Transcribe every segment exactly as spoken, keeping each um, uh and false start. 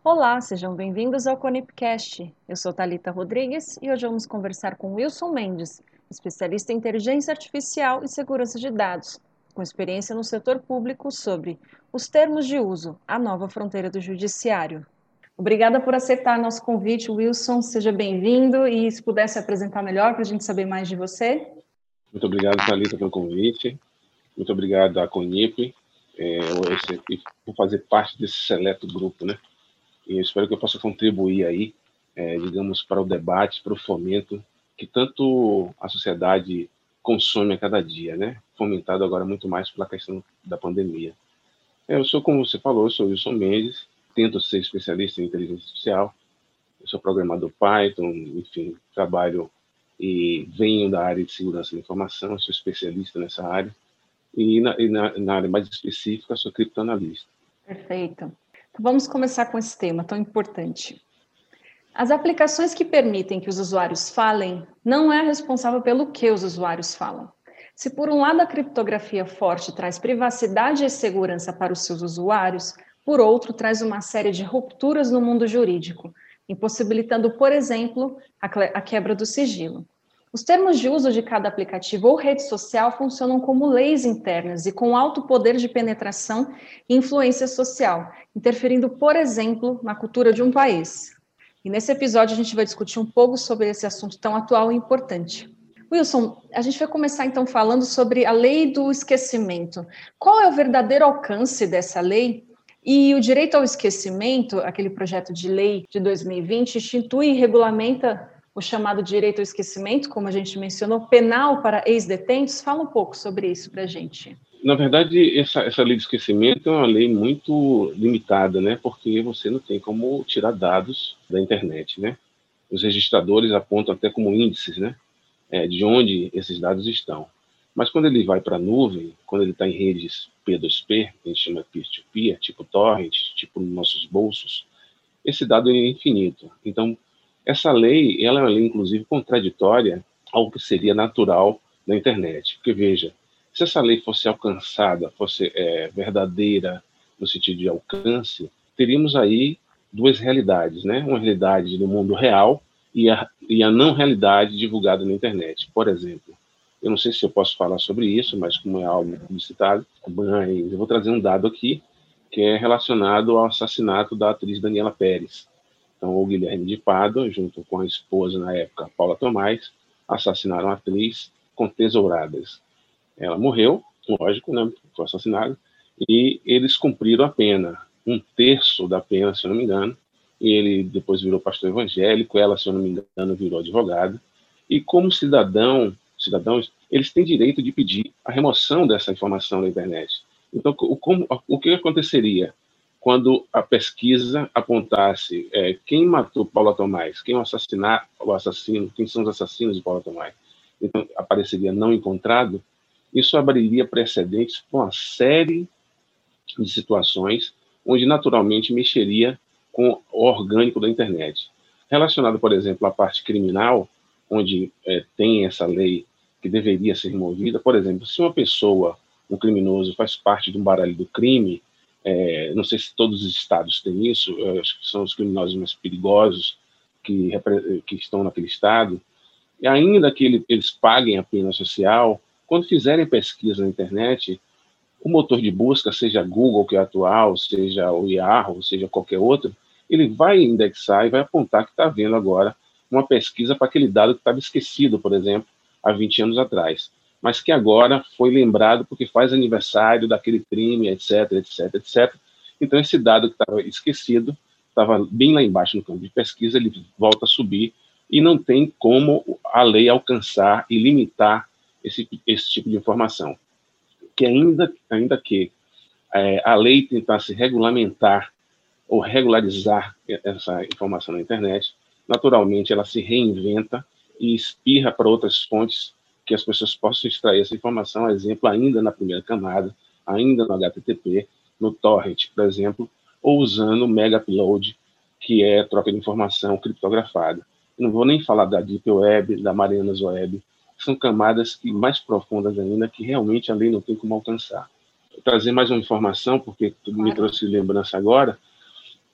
Olá, sejam bem-vindos ao Conipcast. Eu sou Thalita Rodrigues e hoje vamos conversar com Wilson Mendes, especialista em inteligência artificial e segurança de dados, com experiência no setor público sobre os termos de uso, a nova fronteira do judiciário. Obrigada por aceitar nosso convite, Wilson. Seja bem-vindo e se pudesse apresentar melhor para a gente saber mais de você. Muito obrigado, Thalita, pelo convite. Muito obrigado à Conip é, por fazer parte desse seleto grupo, né? E eu espero que eu possa contribuir aí, é, digamos, para o debate, para o fomento que tanto a sociedade consome a cada dia, né? Fomentado agora muito mais pela questão da pandemia. É, eu sou, como você falou, eu sou Wilson Mendes, tento ser especialista em inteligência artificial, eu sou programador Python, enfim, trabalho e venho da área de segurança da informação, sou especialista nessa área, e na, e na, na área mais específica, sou criptoanalista. Perfeito. Então vamos começar com esse tema tão importante. As aplicações que permitem que os usuários falem não é responsável pelo que os usuários falam. Se por um lado a criptografia forte traz privacidade e segurança para os seus usuários, por outro traz uma série de rupturas no mundo jurídico, impossibilitando, por exemplo, a quebra do sigilo. Os termos de uso de cada aplicativo ou rede social funcionam como leis internas e com alto poder de penetração e influência social, interferindo, por exemplo, na cultura de um país. E nesse episódio a gente vai discutir um pouco sobre esse assunto tão atual e importante. Wilson, a gente vai começar então falando sobre a lei do esquecimento. Qual é o verdadeiro alcance dessa lei? E o direito ao esquecimento, aquele projeto de lei de dois mil e vinte, institui e regulamenta o chamado direito ao esquecimento, como a gente mencionou, penal para ex-detentos. Fala um pouco sobre isso para a gente. Na verdade, essa, essa lei de esquecimento é uma lei muito limitada, né? Porque você não tem como tirar dados da internet, né? Os registradores apontam até como índices, né? É, de onde esses dados estão. Mas quando ele vai para a nuvem, quando ele está em redes P dois P, que a gente chama peer-to-peer, tipo torrent, tipo nos nossos bolsos, esse dado é infinito. Então, essa lei, ela é uma lei, inclusive, contraditória ao que seria natural na internet. Porque, veja, se essa lei fosse alcançada, fosse é, verdadeira no sentido de alcance, teríamos aí duas realidades, né? Uma realidade no mundo real e a, e a não realidade divulgada na internet. Por exemplo, eu não sei se eu posso falar sobre isso, mas como é algo publicitado, mas eu vou trazer um dado aqui que é relacionado ao assassinato da atriz Daniela Pérez. Então, o Guilherme de Pádua, junto com a esposa, na época, Paula Tomás, assassinaram a atriz com tesouradas. Ela morreu, lógico, né, foi assassinada, e eles cumpriram a pena, um terço da pena, se eu não me engano, e ele depois virou pastor evangélico, ela, se eu não me engano, virou advogada, e como cidadão, cidadãos, eles têm direito de pedir a remoção dessa informação da internet. Então, o, como, o que aconteceria quando a pesquisa apontasse é, quem matou Paula Tomás, quem o assassinar, o assassino, quem são os assassinos de Paula Tomás? Então, apareceria não encontrado. Isso abriria precedentes para uma série de situações onde naturalmente mexeria com o orgânico da internet. Relacionado, por exemplo, à parte criminal, onde é, tem essa lei que deveria ser removida, por exemplo, se uma pessoa, um criminoso, faz parte de um baralho do crime, é, não sei se todos os estados têm isso, acho que são os criminosos mais perigosos que, que estão naquele estado, e ainda que ele, eles paguem a pena social, quando fizerem pesquisa na internet, o motor de busca, seja Google, que é atual, seja o Yahoo, seja qualquer outro, ele vai indexar e vai apontar que está vendo agora uma pesquisa para aquele dado que estava esquecido, por exemplo, há vinte anos atrás, mas que agora foi lembrado porque faz aniversário daquele crime, etc, etc, etcétera. Então, esse dado que estava esquecido, estava bem lá embaixo no campo de pesquisa, ele volta a subir e não tem como a lei alcançar e limitar esse, esse tipo de informação. Que ainda, ainda que é, a lei tentasse regulamentar ou regularizar essa informação na internet, naturalmente ela se reinventa e espirra para outras fontes que as pessoas possam extrair essa informação, exemplo, ainda na primeira camada, ainda no H T T P, no torrent, por exemplo, ou usando o mega upload, que é troca de informação criptografada. Não vou nem falar da Deep Web, da Marianas Web, são camadas que, mais profundas ainda, que realmente a lei não tem como alcançar. Vou trazer mais uma informação, porque tu me trouxe lembrança agora,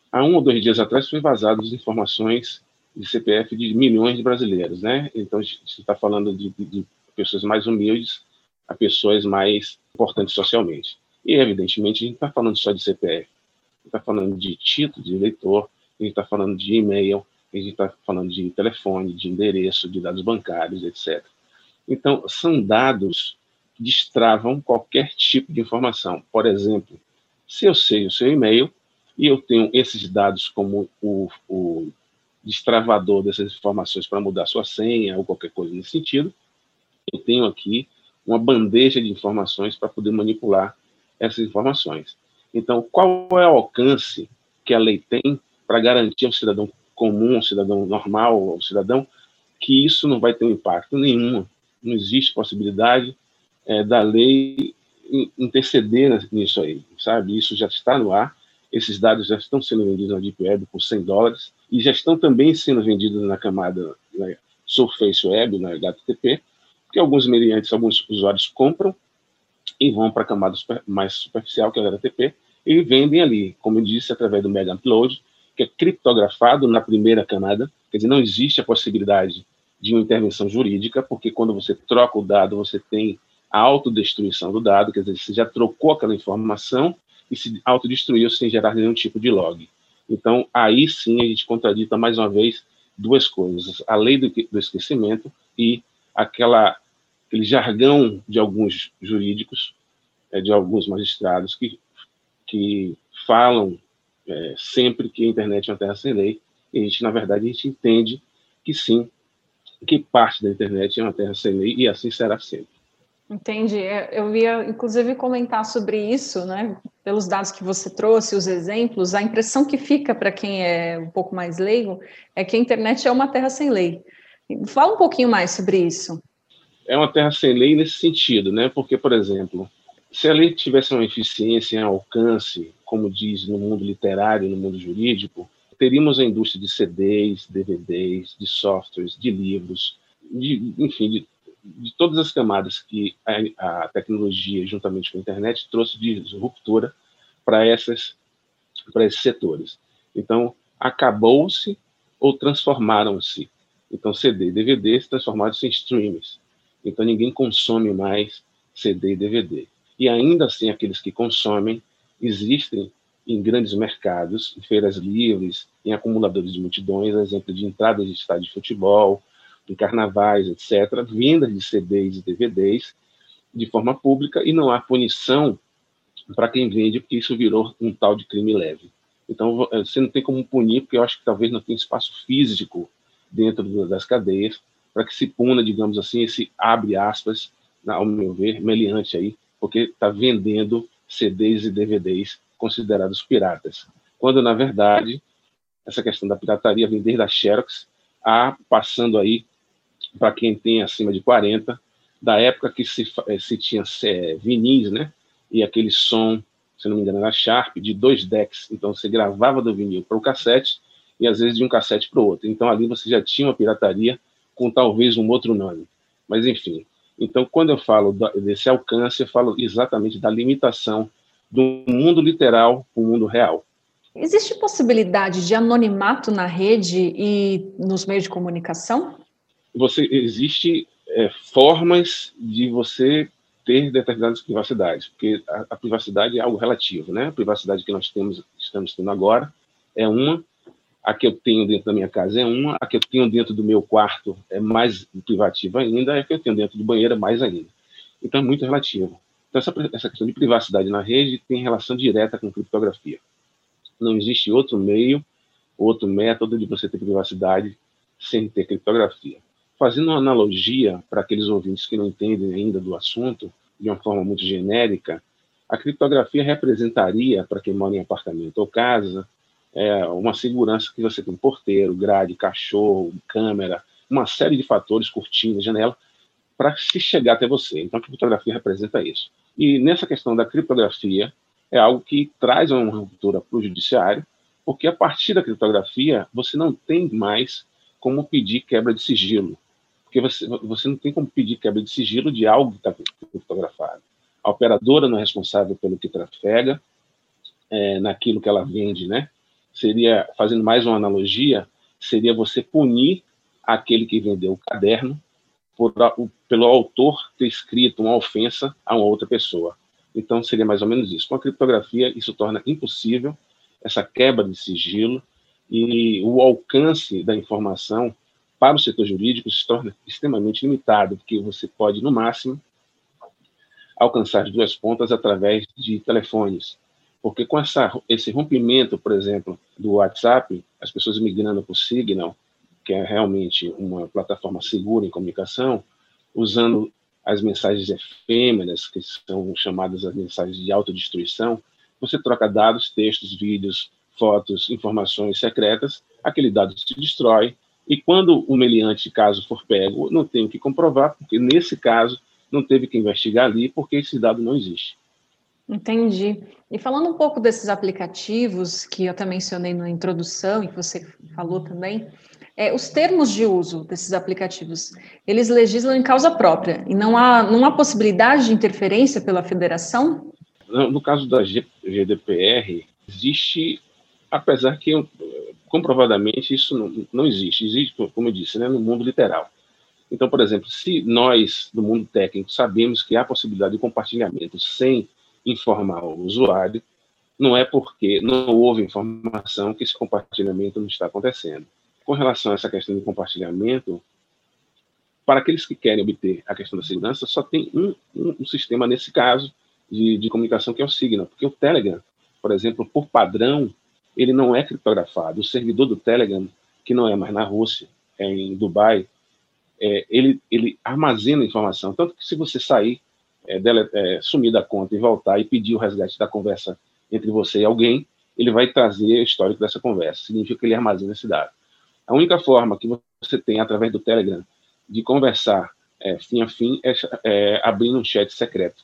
Há um ou dois dias atrás foi vazadas informações de C P F de milhões de brasileiros, né? Então, a gente está falando de, de, de pessoas mais humildes a pessoas mais importantes socialmente. E, evidentemente, a gente está falando só de C P F. A gente está falando de título de eleitor, a gente está falando de e-mail, a gente está falando de telefone, de endereço, de dados bancários, etcétera. Então, são dados que destravam qualquer tipo de informação. Por exemplo, se eu sei o seu e-mail e eu tenho esses dados como o, o destravador dessas informações para mudar sua senha ou qualquer coisa nesse sentido, eu tenho aqui uma bandeja de informações para poder manipular essas informações. Então, qual é o alcance que a lei tem para garantir ao cidadão comum, ao cidadão normal, ao cidadão, que isso não vai ter um impacto nenhum? Não existe possibilidade é, da lei interceder nisso aí, sabe? Isso já está no ar, esses dados já estão sendo vendidos na Deep Web por cem dólares e já estão também sendo vendidos na camada na Surface Web, na H T T P, que alguns meliantes, alguns usuários compram e vão para a camada super, mais superficial, que é o H T T P, e vendem ali, como eu disse, através do Mega Upload, que é criptografado na primeira camada, quer dizer, não existe a possibilidade de uma intervenção jurídica, porque quando você troca o dado, você tem a autodestruição do dado, quer dizer, você já trocou aquela informação e se autodestruiu sem gerar nenhum tipo de log. Então, aí sim a gente contradita mais uma vez duas coisas, a lei do, do esquecimento e aquela, aquele jargão de alguns jurídicos, é, de alguns magistrados que, que falam é, sempre que a internet é uma terra sem lei, e a gente, na verdade, a gente entende que sim, que parte da internet é uma terra sem lei e assim será sempre. Entendi. Eu ia, inclusive, comentar sobre isso, né? Pelos dados que você trouxe, os exemplos, a impressão que fica para quem é um pouco mais leigo é que a internet é uma terra sem lei. Fala um pouquinho mais sobre isso. É uma terra sem lei nesse sentido, né? Porque, por exemplo, se a lei tivesse uma eficiência em alcance, como diz no mundo literário, no mundo jurídico, teríamos a indústria de C Ds, D V Ds, de softwares, de livros, de, enfim, de, de todas as camadas que a, a tecnologia, juntamente com a internet, trouxe de ruptura para essas, para esses setores. Então, acabou-se ou transformaram-se. Então, C D e D V D se transformaram em streams. Então, ninguém consome mais C D e D V D. E ainda assim, aqueles que consomem existem em grandes mercados, em feiras livres, em acumuladores de multidões, exemplo de entradas de estádio de futebol, em carnavais, etcétera, vendas de C Ds e D V Ds de forma pública, e não há punição para quem vende, porque isso virou um tal de crime leve. Então, você não tem como punir, porque eu acho que talvez não tenha espaço físico dentro das cadeias para que se puna, digamos assim, esse abre aspas, ao meu ver, meliante aí, porque está vendendo C Ds e D V Ds considerados piratas. Quando, na verdade, essa questão da pirataria vem desde a Xerox, a, passando aí, para quem tem acima de quarenta, da época que se, se tinha é, vinis, né? E aquele som, se não me engano, era Sharp, de dois decks. Então, você gravava do vinil para o cassete e, às vezes, de um cassete para o outro. Então, ali você já tinha uma pirataria com talvez um outro nome. Mas, enfim. Então, quando eu falo desse alcance, eu falo exatamente da limitação do mundo literal para o mundo real. Existe possibilidade de anonimato na rede e nos meios de comunicação? Você, existe é, formas de você ter determinadas privacidades, porque a, a privacidade é algo relativo, né? A privacidade que nós temos, estamos tendo agora é uma, a que eu tenho dentro da minha casa é uma, a que eu tenho dentro do meu quarto é mais privativa ainda, a que eu tenho dentro do banheiro é mais ainda. Então, é muito relativo. Então, essa, essa questão de privacidade na rede tem relação direta com criptografia. Não existe outro meio, outro método de você ter privacidade sem ter criptografia. Fazendo uma analogia para aqueles ouvintes que não entendem ainda do assunto, de uma forma muito genérica, a criptografia representaria, para quem mora em apartamento ou casa, é, uma segurança que você tem porteiro, grade, cachorro, câmera, uma série de fatores, cortina, janela, para se chegar até você. Então, a criptografia representa isso. E nessa questão da criptografia, é algo que traz uma ruptura para o judiciário, porque a partir da criptografia, você não tem mais como pedir quebra de sigilo. Porque você, você não tem como pedir quebra de sigilo de algo que está criptografado. A operadora não é responsável pelo que trafega, é, naquilo que ela vende, né? seria, fazendo mais uma analogia, seria você punir aquele que vendeu o caderno por, pelo autor ter escrito uma ofensa a uma outra pessoa. Então, seria mais ou menos isso. Com a criptografia, isso torna impossível essa quebra de sigilo e o alcance da informação para o setor jurídico se torna extremamente limitado, porque você pode, no máximo, alcançar as duas pontas através de telefones. Porque com essa, esse rompimento, por exemplo, do WhatsApp, as pessoas migrando para o Signal, que é realmente uma plataforma segura em comunicação, usando as mensagens efêmeras, que são chamadas as mensagens de autodestruição, você troca dados, textos, vídeos, fotos, informações secretas, aquele dado se destrói, e quando o meliante, caso for pego, não tem o que comprovar, porque nesse caso não teve que investigar ali, porque esse dado não existe. Entendi. E falando um pouco desses aplicativos que eu até mencionei na introdução e que você falou também, é, os termos de uso desses aplicativos, eles legislam em causa própria e não há, não há possibilidade de interferência pela federação? No caso da G D P R, existe, apesar que comprovadamente isso não, não existe, existe, como eu disse, né, no mundo literal. Então, por exemplo, se nós, do mundo técnico, sabemos que há possibilidade de compartilhamento sem informar o usuário, não é porque não houve informação que esse compartilhamento não está acontecendo. Com relação a essa questão de compartilhamento, para aqueles que querem obter a questão da segurança, só tem um, um, um sistema, nesse caso, de, de comunicação, que é o Signal, porque o Telegram, por exemplo, por padrão, ele não é criptografado. O servidor do Telegram, que não é mais na Rússia, é em Dubai, é, ele, ele armazena informação, tanto que se você sair, é, dele, é, sumir da conta e voltar e pedir o resgate da conversa entre você e alguém, ele vai trazer o histórico dessa conversa, significa que ele armazena esse dado. A única forma que você tem, através do Telegram, de conversar é, fim a fim, é, é abrindo um chat secreto.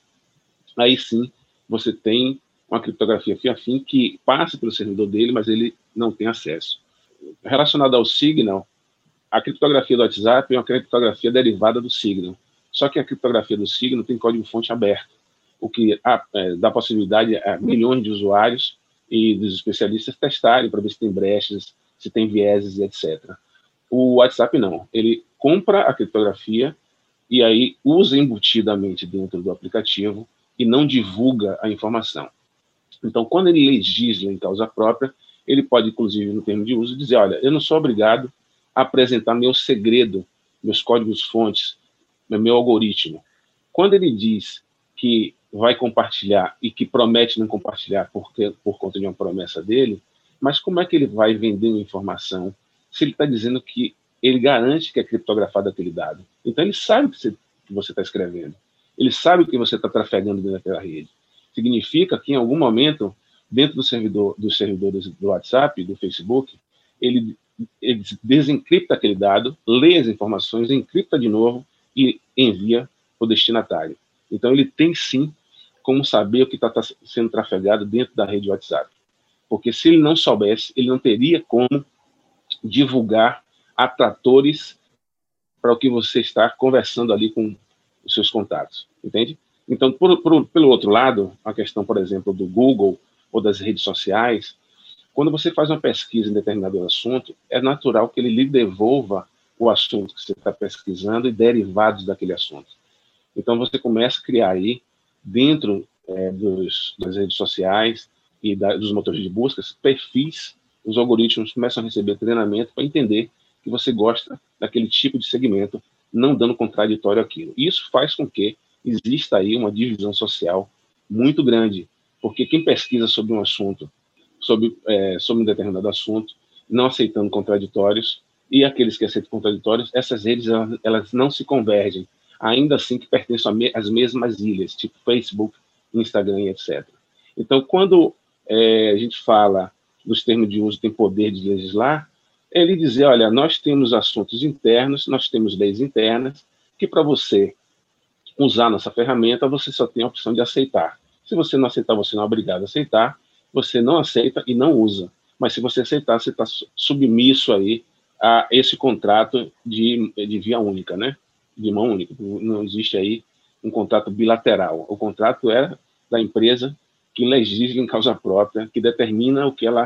Aí sim, você tem uma criptografia fim a fim que passa pelo servidor dele, mas ele não tem acesso. Relacionado ao Signal, a criptografia do WhatsApp é uma criptografia derivada do Signal. Só que a criptografia do Signal tem código-fonte aberto, o que é, dá possibilidade a milhões de usuários e dos especialistas testarem para ver se tem brechas, se tem vieses e etcétera. O WhatsApp não. Ele compra a criptografia e aí usa embutidamente dentro do aplicativo e não divulga a informação. Então, quando ele legisla em causa própria, ele pode, inclusive, no termo de uso, dizer, olha, eu não sou obrigado a apresentar meu segredo, meus códigos-fontes, meu algoritmo. Quando ele diz que vai compartilhar e que promete não compartilhar porque, por conta de uma promessa dele, mas como é que ele vai vender uma informação se ele está dizendo que ele garante que é criptografado aquele dado? Então, ele sabe o que você está escrevendo. Ele sabe o que você está trafegando dentro daquela rede. Significa que, em algum momento, dentro do servidor, dos servidores do WhatsApp, do Facebook, ele, ele desencripta aquele dado, lê as informações, encripta de novo e envia para o destinatário. Então, ele tem, sim, como saber o que está sendo trafegado dentro da rede WhatsApp. Porque se ele não soubesse, ele não teria como divulgar atratores para o que você está conversando ali com os seus contatos, entende? Então, por, por, pelo outro lado, a questão, por exemplo, do Google ou das redes sociais, quando você faz uma pesquisa em determinado assunto, é natural que ele lhe devolva o assunto que você está pesquisando e derivados daquele assunto. Então, você começa a criar aí, dentro é, dos, das redes sociais e da, dos motores de busca, perfis, os algoritmos começam a receber treinamento para entender que você gosta daquele tipo de segmento, não dando contraditório àquilo. Isso faz com que exista aí uma divisão social muito grande, porque quem pesquisa sobre um assunto, sobre, é, sobre um determinado assunto, não aceitando contraditórios, e aqueles que aceitam contraditórios, essas redes elas, elas não se convergem, ainda assim que pertencem às mesmas ilhas, tipo Facebook, Instagram e etcétera. Então, quando é, a gente fala dos termos de uso tem poder de legislar, é ele dizer, olha, nós temos assuntos internos, nós temos leis internas, que para você usar nossa ferramenta, você só tem a opção de aceitar. Se você não aceitar, você não é obrigado a aceitar, você não aceita e não usa. Mas se você aceitar, você está submisso aí a esse contrato de, de via única, né? De mão única. Não existe aí um contrato bilateral. O contrato é da empresa que legisla em causa própria, que determina o que ela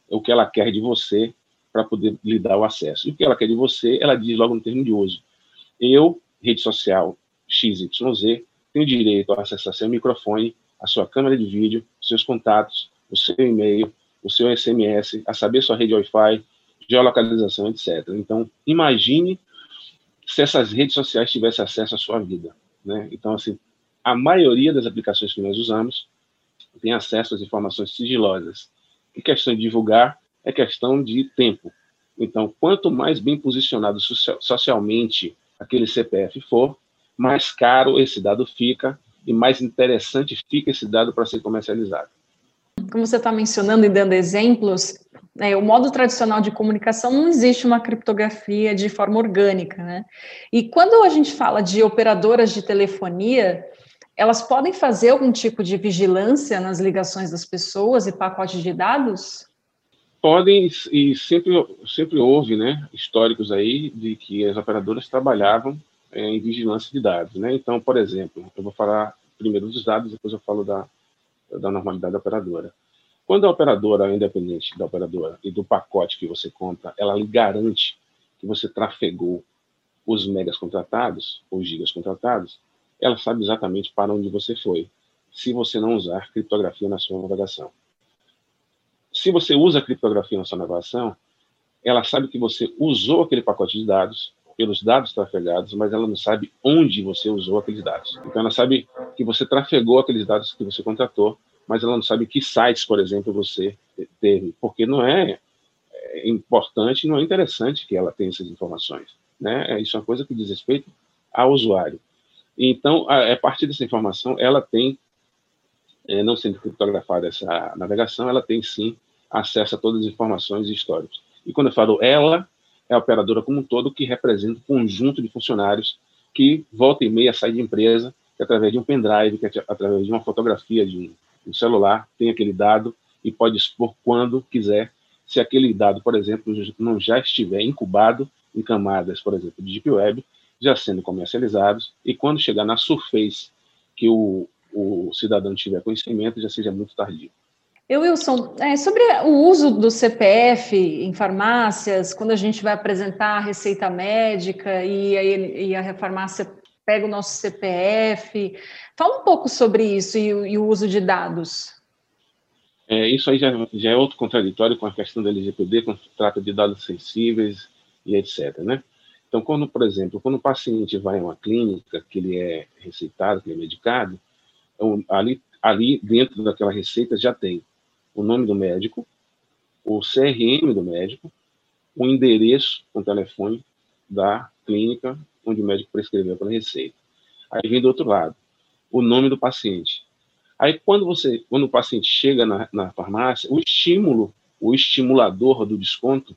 o que ela quer de você para poder lhe dar o acesso. E o que ela quer de você, ela diz logo no termo de uso. Eu, rede social X Y Z, tenho direito a acessar seu microfone, a sua câmera de vídeo, seus contatos, o seu e-mail, o seu S M S, a saber sua rede Wi-Fi, geolocalização, etcétera. Então, imagine se essas redes sociais tivessem acesso à sua vida, né? Então, assim, a maioria das aplicações que nós usamos tem acesso às informações sigilosas. E questão de divulgar é questão de tempo. Então, quanto mais bem posicionado social, socialmente aquele C P F for, mais caro esse dado fica e mais interessante fica esse dado para ser comercializado. Como você está mencionando e dando exemplos, né, o modo tradicional de comunicação não existe uma criptografia de forma orgânica, né? E quando a gente fala de operadoras de telefonia, elas podem fazer algum tipo de vigilância nas ligações das pessoas e pacotes de dados? Podem, e sempre, sempre houve, né, históricos aí de que as operadoras trabalhavam é, em vigilância de dados, né? Então, por exemplo, eu vou falar primeiro dos dados, depois eu falo da, da normalidade da operadora. Quando a operadora é independente da operadora e do pacote que você compra, ela lhe garante que você trafegou os megas contratados, ou gigas contratados, ela sabe exatamente para onde você foi, se você não usar criptografia na sua navegação. Se você usa criptografia na sua navegação, ela sabe que você usou aquele pacote de dados, pelos dados trafegados, mas ela não sabe onde você usou aqueles dados. Então, ela sabe que você trafegou aqueles dados que você contratou, mas ela não sabe que sites, por exemplo, você teve, porque não é importante, não é interessante que ela tenha essas informações, né? Isso é uma coisa que diz respeito ao usuário. Então, a, a partir dessa informação, ela tem, é, não sendo criptografada essa navegação, ela tem sim acesso a todas as informações e históricos. E quando eu falo ela, é a operadora como um todo que representa um conjunto de funcionários que volta e meia sai de empresa, que através de um pendrive, que através de uma fotografia de um, um celular, tem aquele dado e pode expor quando quiser, se aquele dado, por exemplo, não já estiver incubado em camadas, por exemplo, de Deep Web, já sendo comercializados, e quando chegar na surface que o, o cidadão tiver conhecimento, já seja muito tardio. Eu, Wilson, é, sobre o uso do C P F em farmácias, quando a gente vai apresentar a receita médica e, aí, e a farmácia pega o nosso C P F, fala um pouco sobre isso e, e o uso de dados. É, isso aí já, já é outro contraditório com a questão da L G P D, quando trata de dados sensíveis e etcétera, né? Então, quando, por exemplo, quando o paciente vai a uma clínica, que ele é receitado, que ele é medicado, então, ali, ali dentro daquela receita já tem o nome do médico, o C R M do médico, o endereço, o telefone da clínica onde o médico prescreveu aquela receita. Aí vem do outro lado, o nome do paciente. Aí quando, você, quando o paciente chega na, na farmácia, o estímulo, o estimulador do desconto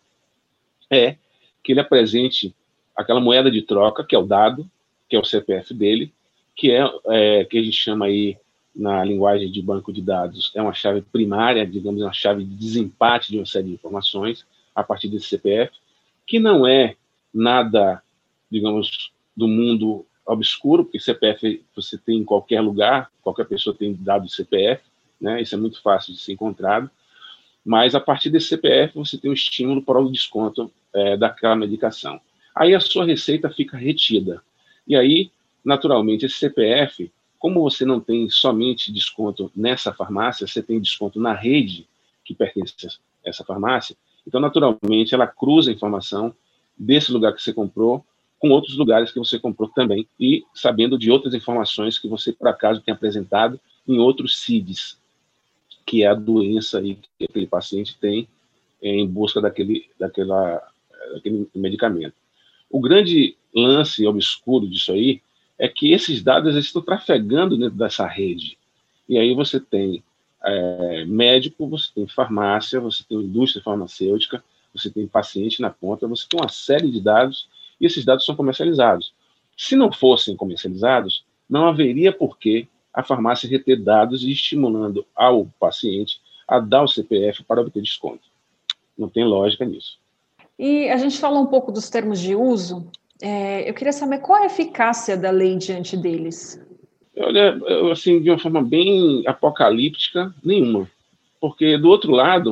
é que ele apresente aquela moeda de troca, que é o dado, que é o C P F dele, que é, é que a gente chama aí, na linguagem de banco de dados, é uma chave primária, digamos, uma chave de desempate de uma série de informações a partir desse C P F, que não é nada, digamos, do mundo obscuro, porque C P F você tem em qualquer lugar, qualquer pessoa tem dado de C P F, né? Isso é muito fácil de ser encontrado, mas a partir desse C P F você tem um estímulo para o desconto é, daquela medicação. Aí a sua receita fica retida. E aí, naturalmente, esse C P F, como você não tem somente desconto nessa farmácia, você tem desconto na rede que pertence a essa farmácia, então, naturalmente, ela cruza a informação desse lugar que você comprou com outros lugares que você comprou também, e sabendo de outras informações que você, por acaso, tem apresentado em outros C I Ds, que é a doença aí que aquele paciente tem em busca daquele, daquela, daquele medicamento. O grande lance obscuro disso aí é que esses dados eles estão trafegando dentro dessa rede. E aí você tem é, médico, você tem farmácia, você tem indústria farmacêutica, você tem paciente na ponta, você tem uma série de dados, e esses dados são comercializados. Se não fossem comercializados, não haveria por que a farmácia reter dados e estimulando ao paciente a dar o C P F para obter desconto. Não tem lógica nisso. E a gente falou um pouco dos termos de uso. É, eu queria saber qual é a eficácia da lei diante deles. Olha, assim, de uma forma bem apocalíptica, nenhuma. Porque, do outro lado,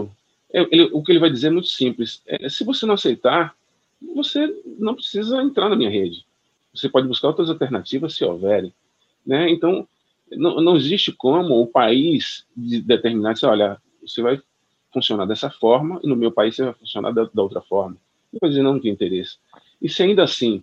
Ele, o que ele vai dizer é muito simples. É, se você não aceitar, você não precisa entrar na minha rede. Você pode buscar outras alternativas se houverem. Né? Então, não, não existe como o país de determinar, dizer, olha, você vai funcionar dessa forma e no meu país você vai funcionar da, da outra forma. Ele vai dizer, não tem interesse. E se ainda assim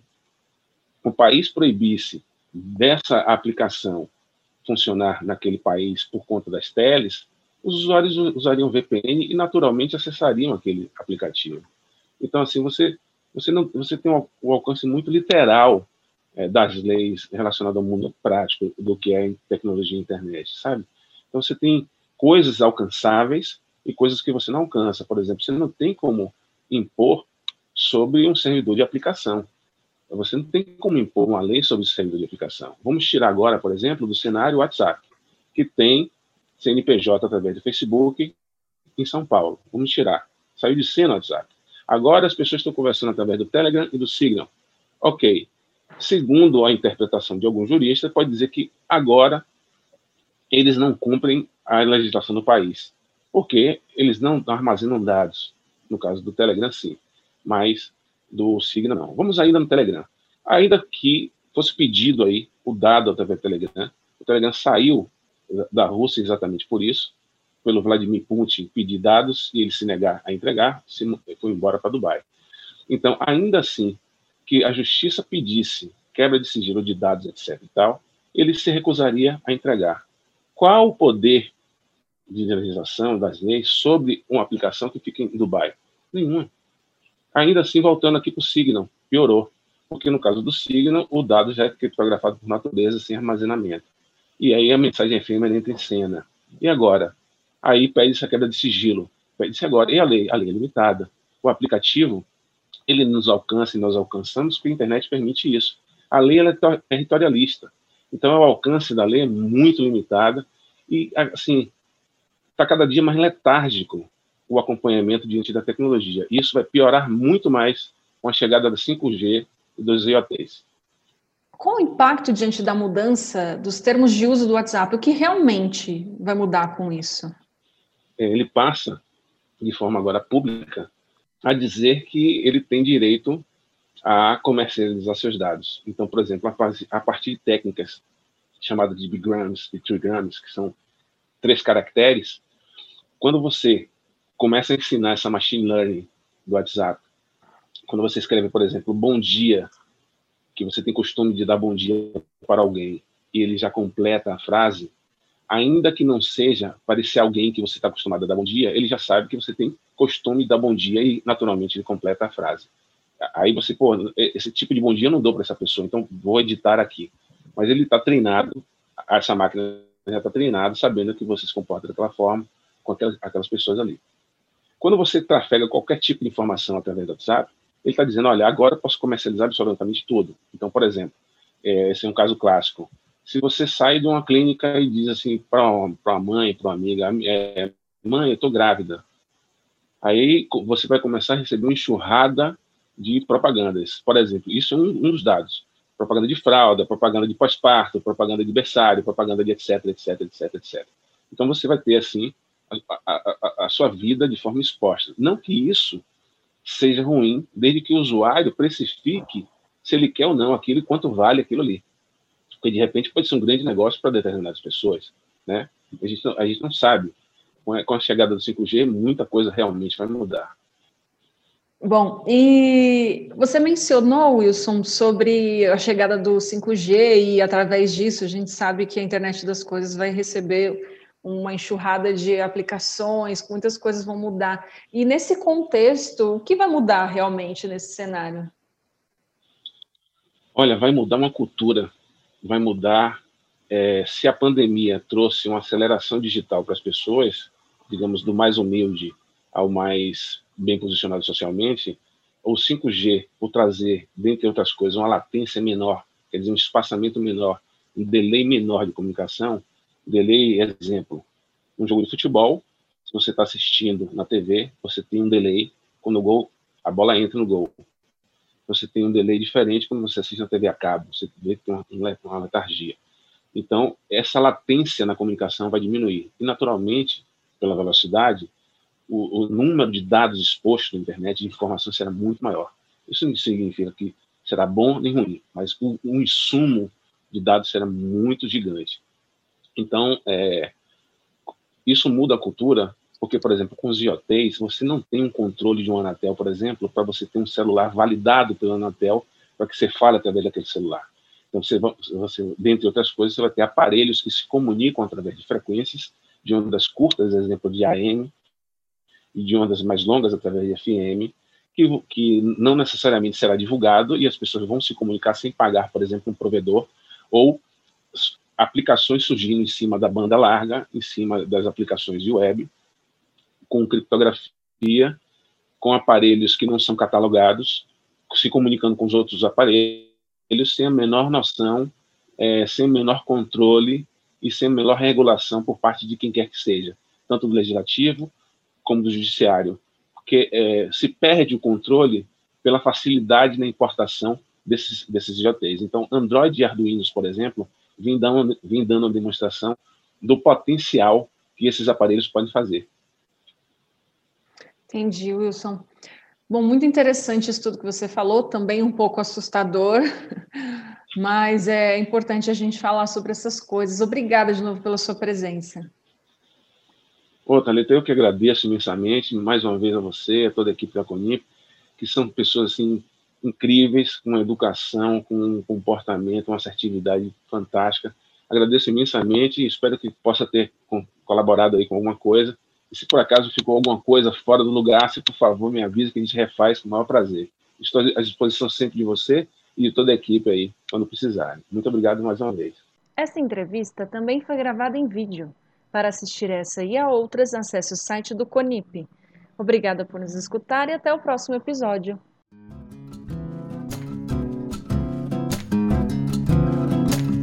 o país proibisse dessa aplicação funcionar naquele país por conta das teles, os usuários usariam V P N e naturalmente acessariam aquele aplicativo. Então, assim, você, você, não, você tem um, um alcance muito literal é, das leis relacionadas ao mundo prático do que é tecnologia e internet, sabe? Então, você tem coisas alcançáveis e coisas que você não alcança. Por exemplo, você não tem como impor sobre um servidor de aplicação. Você não tem como impor uma lei sobre o servidor de aplicação. Vamos tirar agora, por exemplo, do cenário WhatsApp, que tem C N P J através do Facebook em São Paulo. Vamos tirar. Saiu de cena o WhatsApp. Agora as pessoas estão conversando através do Telegram e do Signal. Ok. Segundo a interpretação de alguns juristas, pode dizer que agora eles não cumprem a legislação do país, porque eles não armazenam dados. No caso do Telegram, sim, mas do Signal, não. Vamos ainda no Telegram. Ainda que fosse pedido aí o dado através do Telegram, o Telegram saiu da Rússia exatamente por isso, pelo Vladimir Putin pedir dados e ele se negar a entregar, se foi embora para Dubai. Então, ainda assim, que a justiça pedisse quebra de sigilo de dados, etc e tal, ele se recusaria a entregar. Qual o poder de realização das leis sobre uma aplicação que fica em Dubai? Nenhuma. Ainda assim, voltando aqui para o Signal, piorou. Porque no caso do Signal, o dado já é criptografado por natureza, sem armazenamento. E aí a mensagem efêmera entra em cena. E agora? Aí pede-se a quebra de sigilo. Pede-se agora. E a lei? A lei é limitada. O aplicativo, ele nos alcança e nós alcançamos porque a internet permite isso. A lei ela é territorialista. Então, o alcance da lei é muito limitado e, assim, está cada dia mais letárgico o acompanhamento diante da tecnologia. Isso vai piorar muito mais com a chegada da cinco G e dos I O Ts. Qual o impacto diante da mudança dos termos de uso do WhatsApp? O que realmente vai mudar com isso? Ele passa, de forma agora pública, a dizer que ele tem direito a comercializar seus dados. Então, por exemplo, a partir de técnicas chamadas de bigrams e trigrams, que são três caracteres, quando você começa a ensinar essa machine learning do WhatsApp, quando você escreve, por exemplo, bom dia, que você tem costume de dar bom dia para alguém, e ele já completa a frase, ainda que não seja parecer alguém que você está acostumado a dar bom dia, ele já sabe que você tem costume de dar bom dia e, naturalmente, ele completa a frase. Aí você, pô, esse tipo de bom dia eu não dou para essa pessoa, então vou editar aqui. Mas ele está treinado, essa máquina já está treinada, sabendo que você se comporta daquela forma com aquelas, aquelas pessoas ali. Quando você trafega qualquer tipo de informação através do WhatsApp, ele está dizendo, olha, agora eu posso comercializar absolutamente tudo. Então, por exemplo, é, esse é um caso clássico. Se você sai de uma clínica e diz assim para uma mãe, para uma amiga, é, mãe, eu estou grávida. Aí você vai começar a receber uma enxurrada de propagandas. Por exemplo, isso é um, um dos dados. Propaganda de fralda, propaganda de pós-parto, propaganda de berçário, propaganda de etc, etc, etc, etc. Então você vai ter, assim, a, a, a, a sua vida de forma exposta. Não que isso seja ruim, desde que o usuário precifique se ele quer ou não aquilo e quanto vale aquilo ali. Porque, de repente, pode ser um grande negócio para determinadas pessoas, né? A gente não, a gente não sabe. Com a, com a chegada do cinco G, muita coisa realmente vai mudar. Bom, e você mencionou, Wilson, sobre a chegada do cinco G e, através disso, a gente sabe que a internet das coisas vai receber uma enxurrada de aplicações, muitas coisas vão mudar. E, nesse contexto, o que vai mudar realmente nesse cenário? Olha, vai mudar uma cultura, vai mudar... É, se a pandemia trouxe uma aceleração digital para as pessoas, digamos, do mais humilde ao mais bem posicionado socialmente, o cinco G, por trazer, dentre outras coisas, uma latência menor, quer dizer, um espaçamento menor, um delay menor de comunicação. Delay, exemplo, um jogo de futebol, se você está assistindo na T V, você tem um delay, quando o gol, a bola entra no gol. Você tem um delay diferente quando você assiste na T V a cabo, você vê que tem uma, uma letargia. Então, essa latência na comunicação vai diminuir. E, naturalmente, pela velocidade, o, o número de dados expostos na internet, de informação, será muito maior. Isso não significa que será bom nem ruim, mas o, o insumo de dados será muito gigante. Então, é, isso muda a cultura, porque, por exemplo, com os I O Ts, você não tem um controle de um Anatel, por exemplo, para você ter um celular validado pelo Anatel, para que você fale através daquele celular. Então, você, você, dentre outras coisas, você vai ter aparelhos que se comunicam através de frequências, de ondas curtas, exemplo de A M, e de ondas mais longas através de F M, que, que não necessariamente será divulgado e as pessoas vão se comunicar sem pagar, por exemplo, um provedor, ou aplicações surgindo em cima da banda larga, em cima das aplicações de web, com criptografia, com aparelhos que não são catalogados, se comunicando com os outros aparelhos, sem a menor noção, é, sem o menor controle e sem a menor regulação por parte de quem quer que seja, tanto do legislativo como do judiciário, porque é, se perde o controle pela facilidade na importação desses, desses I O Ts. Então, Android e Arduinos, por exemplo, vem dando, vem dando uma demonstração do potencial que esses aparelhos podem fazer. Entendi, Wilson. Bom, muito interessante isso tudo que você falou, também um pouco assustador, mas é importante a gente falar sobre essas coisas. Obrigada de novo pela sua presença. Ô, Thalita, eu que agradeço imensamente, mais uma vez a você, a toda a equipe da Conip, que são pessoas assim, incríveis, com educação, com um comportamento, uma assertividade fantástica. Agradeço imensamente e espero que possa ter colaborado aí com alguma coisa. E se por acaso ficou alguma coisa fora do lugar, se por favor me avise que a gente refaz com o maior prazer. Estou à disposição sempre de você e de toda a equipe aí, quando precisarem. Muito obrigado mais uma vez. Essa entrevista também foi gravada em vídeo. Para assistir essa e a outras, acesse o site do Conip. Obrigada por nos escutar e até o próximo episódio.